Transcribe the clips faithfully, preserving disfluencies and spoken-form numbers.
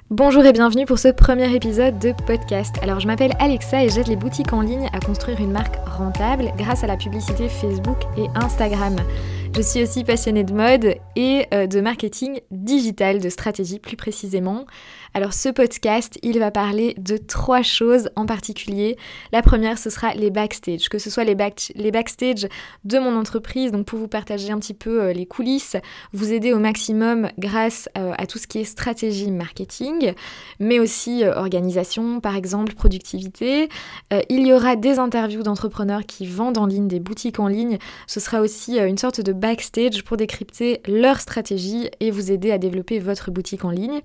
Bonjour et bienvenue pour ce premier épisode de podcast. Alors je m'appelle Alexa et j'aide les boutiques en ligne à construire une marque rentable grâce à la publicité Facebook et Instagram. Je suis aussi passionnée de mode et euh, de marketing digital, de stratégie plus précisément. Alors ce podcast, il va parler de trois choses en particulier. La première, ce sera les backstage, que ce soit les, back- les backstage de mon entreprise, donc pour vous partager un petit peu euh, les coulisses, vous aider au maximum grâce euh, à tout ce qui est stratégie marketing, mais aussi euh, organisation, par exemple, productivité. Euh, il y aura des interviews d'entrepreneurs qui vendent en ligne, des boutiques en ligne. Ce sera aussi euh, une sorte de backstage pour décrypter leur stratégie et vous aider à développer votre boutique en ligne.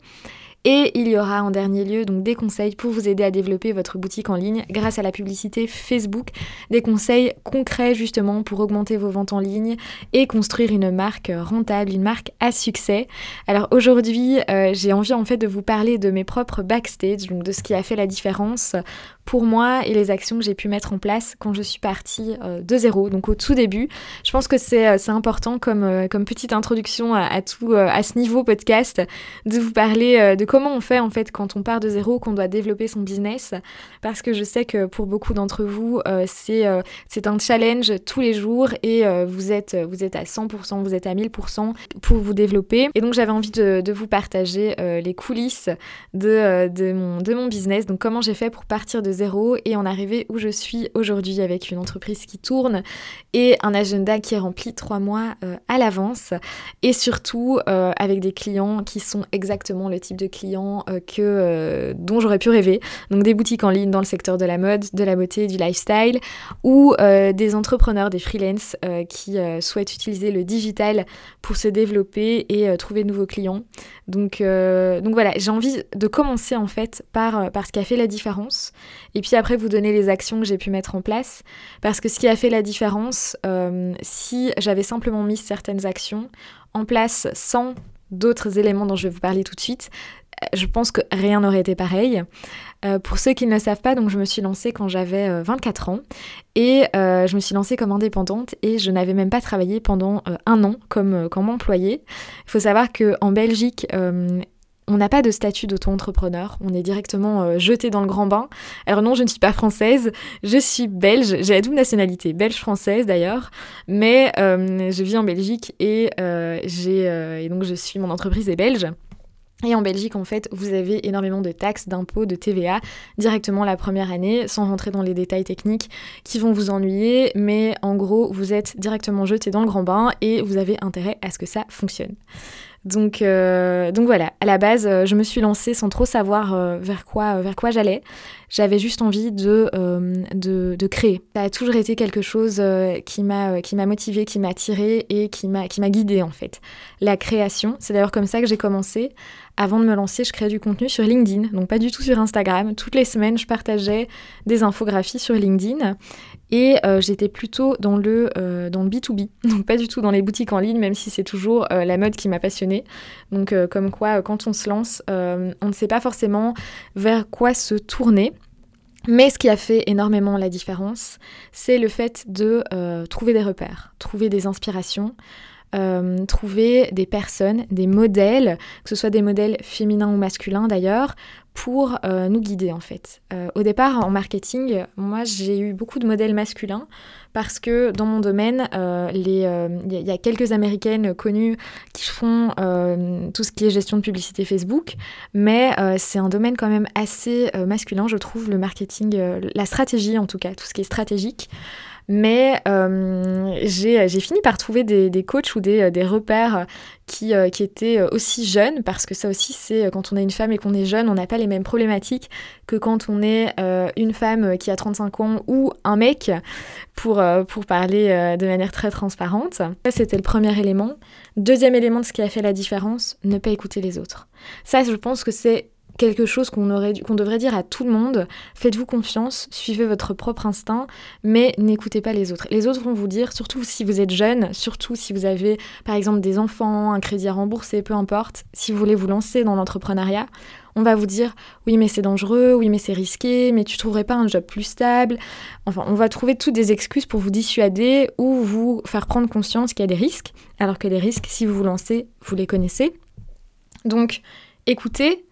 Et il y aura en dernier lieu donc des conseils pour vous aider à développer votre boutique en ligne grâce à la publicité Facebook, des conseils concrets justement pour augmenter vos ventes en ligne et construire une marque rentable, une marque à succès. Alors aujourd'hui, euh, j'ai envie en fait de vous parler de mes propres backstage, donc de ce qui a fait la différence pour moi et les actions que j'ai pu mettre en place quand je suis partie euh, de zéro, donc au tout début. Je pense que c'est, c'est important comme, euh, comme petite introduction à, à tout euh, à ce niveau podcast de vous parler euh, de comment on fait en fait quand on part de zéro, qu'on doit développer son business, parce que je sais que pour beaucoup d'entre vous, euh, c'est, euh, c'est un challenge tous les jours et euh, vous êtes, vous êtes à cent pour cent, vous êtes à mille pour cent pour vous développer. Et donc j'avais envie de, de vous partager euh, les coulisses de, euh, de, mon, de mon business, donc comment j'ai fait pour partir de zéro et en arriver où je suis aujourd'hui avec une entreprise qui tourne et un agenda qui est rempli trois mois euh, à l'avance et surtout euh, avec des clients qui sont exactement le type de clients euh, que, euh, dont j'aurais pu rêver. Donc des boutiques en ligne dans le secteur de la mode, de la beauté, du lifestyle ou euh, des entrepreneurs, des freelances euh, qui euh, souhaitent utiliser le digital pour se développer et euh, trouver de nouveaux clients. Donc, euh, donc voilà, j'ai envie de commencer en fait par, par ce qui a fait la différence et puis après vous donner les actions que j'ai pu mettre en place parce que ce qui a fait la différence, euh, si j'avais simplement mis certaines actions en place sans d'autres éléments dont je vais vous parler tout de suite, je pense que rien n'aurait été pareil. Euh, pour ceux qui ne le savent pas, donc je me suis lancée quand j'avais euh, vingt-quatre ans et euh, je me suis lancée comme indépendante et je n'avais même pas travaillé pendant euh, un an comme, euh, comme employée. Il faut savoir qu'en Belgique, euh, on n'a pas de statut d'auto-entrepreneur, on est directement euh, jeté dans le grand bain. Alors non, je ne suis pas française, je suis belge, j'ai la double nationalité, belge-française d'ailleurs, mais euh, je vis en Belgique et, euh, j'ai, euh, et donc je suis, mon entreprise est belge. Et en Belgique, en fait, vous avez énormément de taxes, d'impôts, de T V A directement la première année, sans rentrer dans les détails techniques qui vont vous ennuyer, mais en gros, vous êtes directement jeté dans le grand bain et vous avez intérêt à ce que ça fonctionne. Donc, euh, donc voilà, à la base, euh, je me suis lancée sans trop savoir euh, vers quoi, euh, vers quoi j'allais. J'avais juste envie de, euh, de, de créer. Ça a toujours été quelque chose euh, qui m'a, euh, qui m'a motivée, qui m'a attirée et qui m'a, qui m'a guidée en fait. La création, c'est d'ailleurs comme ça que j'ai commencé. Avant de me lancer, je créais du contenu sur LinkedIn, donc pas du tout sur Instagram. Toutes les semaines, je partageais des infographies sur LinkedIn et euh, j'étais plutôt dans le, euh, dans le B deux B, donc pas du tout dans les boutiques en ligne, même si c'est toujours euh, la mode qui m'a passionnée. Donc euh, comme quoi, euh, quand on se lance, euh, on ne sait pas forcément vers quoi se tourner. Mais ce qui a fait énormément la différence, c'est le fait de euh, trouver des repères, trouver des inspirations, Euh, trouver des personnes, des modèles, que ce soit des modèles féminins ou masculins d'ailleurs, pour euh, nous guider en fait. Euh, au départ, en marketing, moi j'ai eu beaucoup de modèles masculins parce que dans mon domaine, il euh, euh, y, y a quelques américaines connues qui font euh, tout ce qui est gestion de publicité Facebook, mais euh, c'est un domaine quand même assez euh, masculin, je trouve, le marketing, euh, la stratégie en tout cas, tout ce qui est stratégique. Mais euh, j'ai, j'ai fini par trouver des, des coachs ou des, des repères qui, euh, qui étaient aussi jeunes, parce que ça aussi, c'est quand on est une femme et qu'on est jeune, on n'a pas les mêmes problématiques que quand on est euh, une femme qui a trente-cinq ans ou un mec, pour, euh, pour parler euh, de manière très transparente. Ça, c'était le premier élément. Deuxième élément de ce qui a fait la différence, ne pas écouter les autres. Ça, je pense que c'est quelque chose qu'on, aurait dû, qu'on devrait dire à tout le monde. Faites-vous confiance, suivez votre propre instinct, mais n'écoutez pas les autres. Les autres vont vous dire, surtout si vous êtes jeune, surtout si vous avez par exemple des enfants, un crédit à rembourser, peu importe, si vous voulez vous lancer dans l'entrepreneuriat, on va vous dire « oui mais c'est dangereux, oui mais c'est risqué, mais tu trouverais pas un job plus stable ?» Enfin, on va trouver toutes des excuses pour vous dissuader ou vous faire prendre conscience qu'il y a des risques, alors que les risques, si vous vous lancez, vous les connaissez. Donc, écoutez.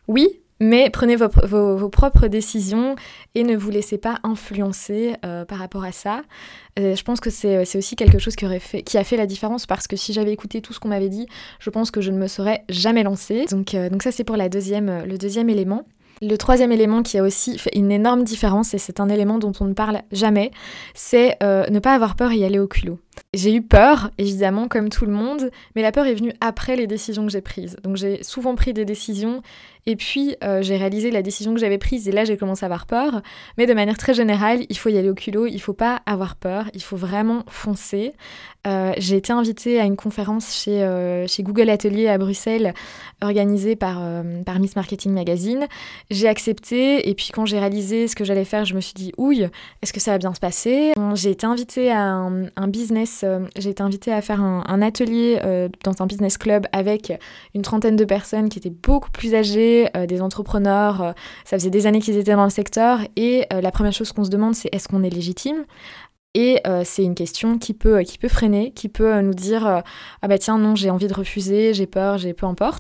Oui, mais prenez vos, vos, vos propres décisions et ne vous laissez pas influencer euh, par rapport à ça. Euh, je pense que c'est, c'est aussi quelque chose qui, aurait fait, qui a fait la différence, parce que si j'avais écouté tout ce qu'on m'avait dit, je pense que je ne me serais jamais lancée. Donc, euh, donc ça, c'est pour la deuxième, le deuxième élément. Le troisième élément qui a aussi fait une énorme différence, et c'est un élément dont on ne parle jamais, c'est euh, ne pas avoir peur et y aller au culot. J'ai eu peur, évidemment, comme tout le monde, mais la peur est venue après les décisions que j'ai prises. Donc j'ai souvent pris des décisions, et puis euh, j'ai réalisé la décision que j'avais prise, et là j'ai commencé à avoir peur. Mais de manière très générale, il faut y aller au culot, il faut pas avoir peur, il faut vraiment foncer. Euh, j'ai été invitée à une conférence chez, euh, chez Google Atelier à Bruxelles, organisée par, euh, par Miss Marketing Magazine. J'ai accepté, et puis quand j'ai réalisé ce que j'allais faire, je me suis dit « Ouille, est-ce que ça va bien se passer ?» J'ai été invitée à un, un business, euh, j'ai été invitée à faire un, un atelier euh, dans un business club avec une trentaine de personnes qui étaient beaucoup plus âgées, euh, des entrepreneurs, euh, ça faisait des années qu'ils étaient dans le secteur, et euh, la première chose qu'on se demande, c'est est-ce qu'on est légitime ? Et euh, c'est une question qui peut, qui peut freiner, qui peut nous dire euh, « Ah bah tiens, non, j'ai envie de refuser, j'ai peur, j'ai peu importe ».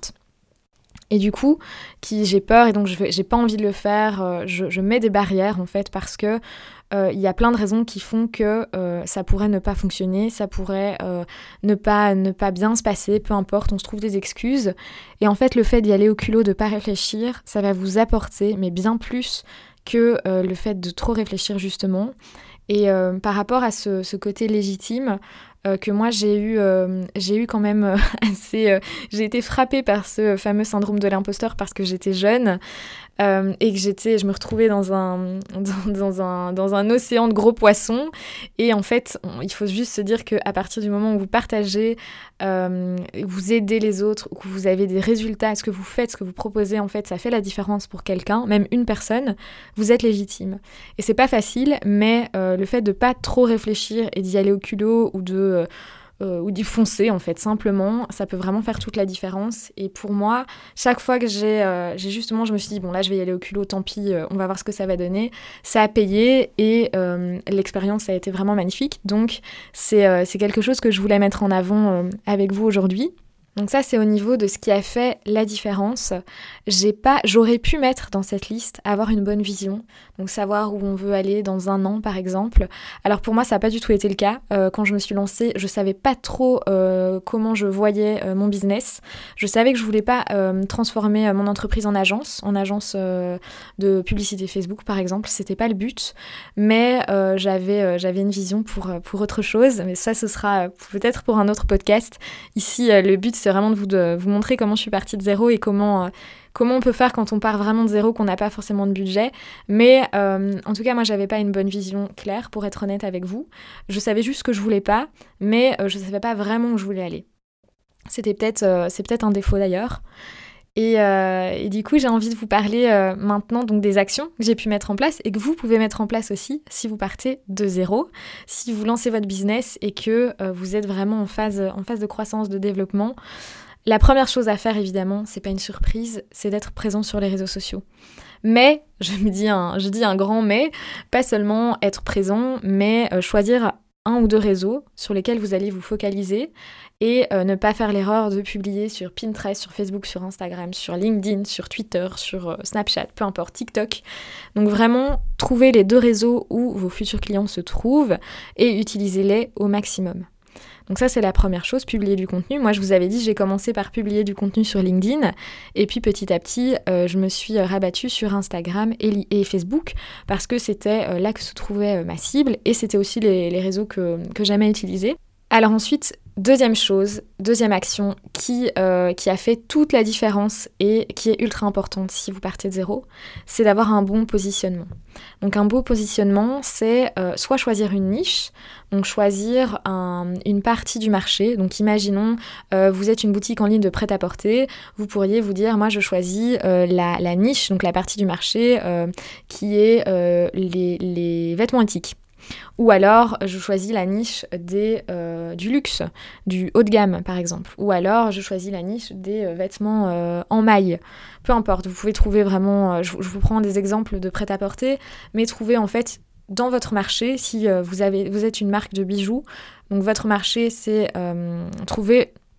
Et du coup, qui, j'ai peur et donc je vais, j'ai pas envie de le faire, euh, je, je mets des barrières en fait, parce que euh, y a plein de raisons qui font que euh, ça pourrait ne pas fonctionner, ça pourrait euh, ne, pas, ne pas bien se passer, peu importe, on se trouve des excuses. Et en fait, le fait d'y aller au culot, de pas réfléchir, ça va vous apporter, mais bien plus que euh, le fait de trop réfléchir justement. Et euh, par rapport à ce, ce côté légitime, euh, que moi j'ai eu, euh, j'ai eu quand même euh, assez... Euh, j'ai été frappée par ce fameux syndrome de l'imposteur parce que j'étais jeune euh, et que j'étais, je me retrouvais dans un, dans, dans, un, dans un océan de gros poissons. Et en fait, on, il faut juste se dire qu'à partir du moment où vous partagez, euh, vous aidez les autres, que vous avez des résultats, ce que vous faites, ce que vous proposez, en fait, ça fait la différence pour quelqu'un, même une personne, vous êtes légitime. Et c'est pas facile, mais euh, le fait de pas trop réfléchir et d'y aller au culot ou de... Euh, euh, ou d'y foncer en fait, simplement, ça peut vraiment faire toute la différence. Et pour moi, chaque fois que j'ai, euh, j'ai justement, je me suis dit, bon là je vais y aller au culot, tant pis, euh, on va voir ce que ça va donner, ça a payé et euh, l'expérience a été vraiment magnifique. Donc c'est, euh, c'est quelque chose que je voulais mettre en avant euh, avec vous aujourd'hui. Donc ça, c'est au niveau de ce qui a fait la différence. J'ai pas, j'aurais pu mettre dans cette liste avoir une bonne vision, donc savoir où on veut aller dans un an par exemple. Alors pour moi, ça n'a pas du tout été le cas. Euh, quand je me suis lancée, je savais pas trop euh, comment je voyais euh, mon business. Je savais que je voulais pas euh, transformer mon entreprise en agence, en agence euh, de publicité Facebook par exemple. C'était pas le but, mais euh, j'avais euh, j'avais une vision pour pour autre chose. Mais ça, ce sera peut-être pour un autre podcast. Ici, euh, le but c'est vraiment de vous, de vous montrer comment je suis partie de zéro et comment, euh, comment on peut faire quand on part vraiment de zéro, qu'on n'a pas forcément de budget. Mais euh, en tout cas, moi, j'avais pas une bonne vision claire, pour être honnête avec vous. Je savais juste ce que je voulais pas, mais euh, je savais pas vraiment où je voulais aller. C'était peut-être, euh, c'est peut-être un défaut d'ailleurs. Et, euh, et du coup, j'ai envie de vous parler euh, maintenant donc, des actions que j'ai pu mettre en place et que vous pouvez mettre en place aussi si vous partez de zéro, si vous lancez votre business et que euh, vous êtes vraiment en phase, en phase de croissance, de développement. La première chose à faire, évidemment, c'est pas une surprise, c'est d'être présent sur les réseaux sociaux. Mais, je me dis un, je dis un grand mais, pas seulement être présent, mais euh, choisir un ou deux réseaux sur lesquels vous allez vous focaliser et euh, ne pas faire l'erreur de publier sur Pinterest, sur Facebook, sur Instagram, sur LinkedIn, sur Twitter, sur euh, Snapchat, peu importe, TikTok. Donc vraiment, trouvez les deux réseaux où vos futurs clients se trouvent et utilisez-les au maximum. Donc ça, c'est la première chose, publier du contenu. Moi, je vous avais dit, j'ai commencé par publier du contenu sur LinkedIn. Et puis, petit à petit, euh, je me suis rabattue sur Instagram et, et Facebook parce que c'était euh, là que se trouvait euh, ma cible. Et c'était aussi les, les réseaux que, que j'aimais utiliser. Alors ensuite, deuxième chose, deuxième action qui, euh, qui a fait toute la différence et qui est ultra importante si vous partez de zéro, c'est d'avoir un bon positionnement. Donc un beau positionnement, c'est euh, soit choisir une niche, donc choisir un, une partie du marché. Donc imaginons, euh, vous êtes une boutique en ligne de prêt-à-porter, vous pourriez vous dire, moi je choisis euh, la, la niche, donc la partie du marché euh, qui est euh, les, les vêtements éthiques. Ou alors, je choisis la niche des, euh, du luxe, du haut de gamme, par exemple. Ou alors, je choisis la niche des euh, vêtements euh, en maille. Peu importe, vous pouvez trouver vraiment... Euh, je, je vous prends des exemples de prêt-à-porter, mais trouvez en fait, dans votre marché, si euh, vous, avez, vous êtes une marque de bijoux, donc votre marché, c'est euh, trouver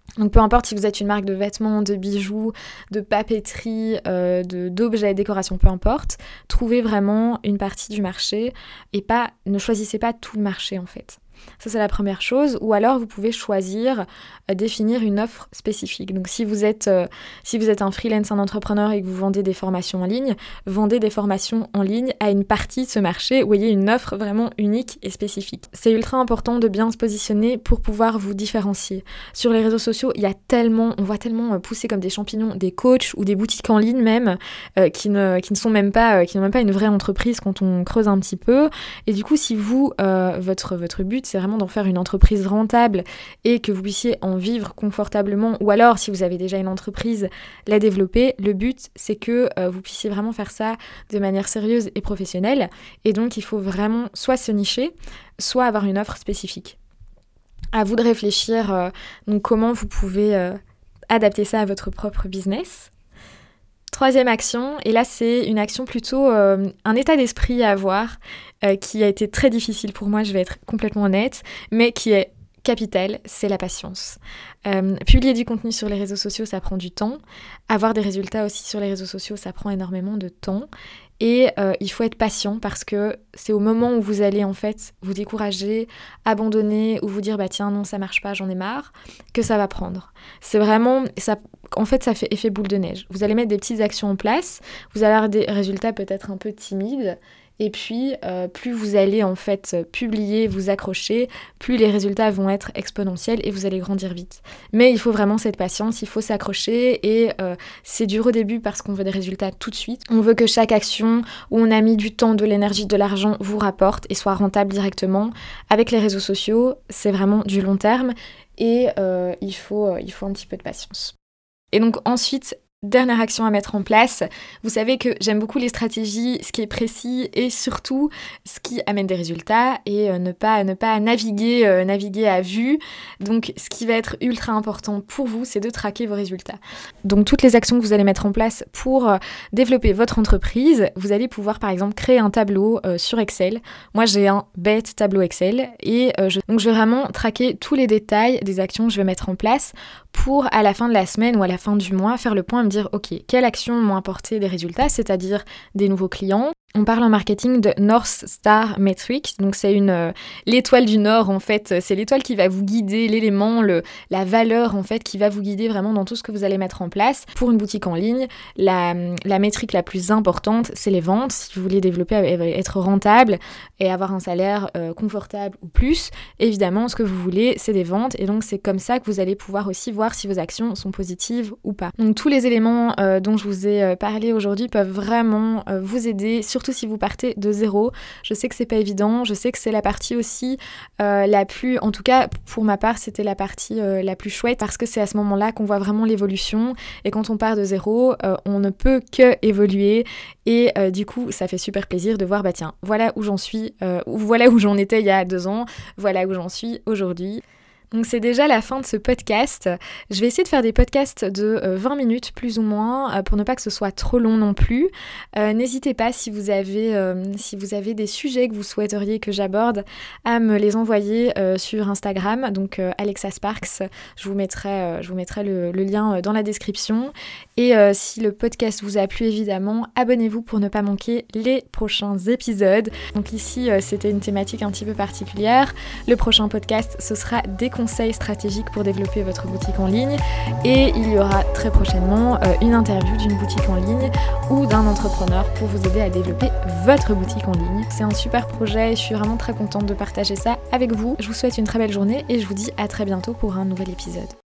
Donc peu importe si vous êtes une marque de vêtements, de bijoux, de papeterie, euh, de, d'objets, décoration, peu importe, trouvez vraiment une partie du marché et pas, ne choisissez pas tout le marché en fait. Ça, c'est la première chose. Ou alors, vous pouvez choisir, euh, définir une offre spécifique. Donc, si vous êtes, euh, si vous êtes un freelance, un entrepreneur et que vous vendez des formations en ligne, vendez des formations en ligne à une partie de ce marché où il y a une offre vraiment unique et spécifique. C'est ultra important de bien se positionner pour pouvoir vous différencier. Sur les réseaux sociaux, il y a tellement, on voit tellement euh, pousser comme des champignons des coachs ou des boutiques en ligne même euh, qui, ne, qui ne sont même pas, euh, qui n'ont même pas une vraie entreprise quand on creuse un petit peu. Et du coup, si vous, euh, votre, votre but, c'est vraiment d'en faire une entreprise rentable et que vous puissiez en vivre confortablement, ou alors si vous avez déjà une entreprise, la développer. Le but, c'est que euh, vous puissiez vraiment faire ça de manière sérieuse et professionnelle. Et donc, il faut vraiment soit se nicher, soit avoir une offre spécifique. À vous de réfléchir euh, donc comment vous pouvez euh, adapter ça à votre propre business. Troisième action, et là c'est une action plutôt euh, un état d'esprit à avoir euh, qui a été très difficile pour moi, je vais être complètement honnête, mais qui est capital, c'est la patience. Euh, publier du contenu sur les réseaux sociaux, ça prend du temps. Avoir des résultats aussi sur les réseaux sociaux, ça prend énormément de temps. Et euh, il faut être patient parce que c'est au moment où vous allez en fait vous décourager, abandonner ou vous dire bah tiens non ça marche pas, j'en ai marre, que ça va prendre. C'est vraiment, ça, en fait ça fait effet boule de neige. Vous allez mettre des petites actions en place, vous allez avoir des résultats peut-être un peu timides. Et puis, euh, plus vous allez en fait publier, vous accrocher, plus les résultats vont être exponentiels et vous allez grandir vite. Mais il faut vraiment cette patience, il faut s'accrocher et euh, c'est dur au début parce qu'on veut des résultats tout de suite. On veut que chaque action où on a mis du temps, de l'énergie, de l'argent vous rapporte et soit rentable directement. Avec les réseaux sociaux, c'est vraiment du long terme et euh, il faut, euh, il faut un petit peu de patience. Et donc ensuite, dernière action à mettre en place. Vous savez que j'aime beaucoup les stratégies, ce qui est précis et surtout ce qui amène des résultats et euh, ne pas, ne pas naviguer, euh, naviguer à vue. Donc ce qui va être ultra important pour vous, c'est de traquer vos résultats. Donc toutes les actions que vous allez mettre en place pour euh, développer votre entreprise, vous allez pouvoir par exemple créer un tableau euh, sur Excel. Moi j'ai un bête tableau Excel et euh, je, donc je vais vraiment traquer tous les détails des actions que je vais mettre en place pour à la fin de la semaine ou à la fin du mois faire le point et me dire ok, quelles actions m'ont apporté des résultats, c'est-à-dire des nouveaux clients. On parle en marketing de North Star Metrics, donc c'est une euh, l'étoile du Nord en fait, c'est l'étoile qui va vous guider, l'élément, le, la valeur en fait qui va vous guider vraiment dans tout ce que vous allez mettre en place. Pour une boutique en ligne, la, la métrique la plus importante, c'est les ventes. Si vous voulez développer, être rentable et avoir un salaire euh, confortable ou plus, évidemment ce que vous voulez c'est des ventes et donc c'est comme ça que vous allez pouvoir aussi voir si vos actions sont positives ou pas. Donc tous les éléments euh, dont je vous ai euh, parlé aujourd'hui peuvent vraiment euh, vous aider, sur surtout si vous partez de zéro. Je sais que c'est pas évident, je sais que c'est la partie aussi euh, la plus, en tout cas pour ma part c'était la partie euh, la plus chouette parce que c'est à ce moment-là qu'on voit vraiment l'évolution et quand on part de zéro euh, on ne peut que évoluer et euh, du coup ça fait super plaisir de voir bah tiens voilà où j'en suis, euh, voilà où j'en étais il y a deux ans, voilà où j'en suis aujourd'hui. Donc c'est déjà la fin de ce podcast. Je vais essayer de faire des podcasts de euh, vingt minutes plus ou moins euh, pour ne pas que ce soit trop long non plus. Euh, n'hésitez pas si vous avez euh, si vous avez des sujets que vous souhaiteriez que j'aborde à me les envoyer euh, sur Instagram, donc euh, Alexa Sparks. Je vous mettrai euh, je vous mettrai le, le lien dans la description. Et euh, si le podcast vous a plu évidemment, abonnez-vous pour ne pas manquer les prochains épisodes. Donc ici euh, c'était une thématique un petit peu particulière. Le prochain podcast ce sera des conseils stratégiques pour développer votre boutique en ligne et il y aura très prochainement euh, une interview d'une boutique en ligne ou d'un entrepreneur pour vous aider à développer votre boutique en ligne. C'est un super projet et je suis vraiment très contente de partager ça avec vous. Je vous souhaite une très belle journée et je vous dis à très bientôt pour un nouvel épisode.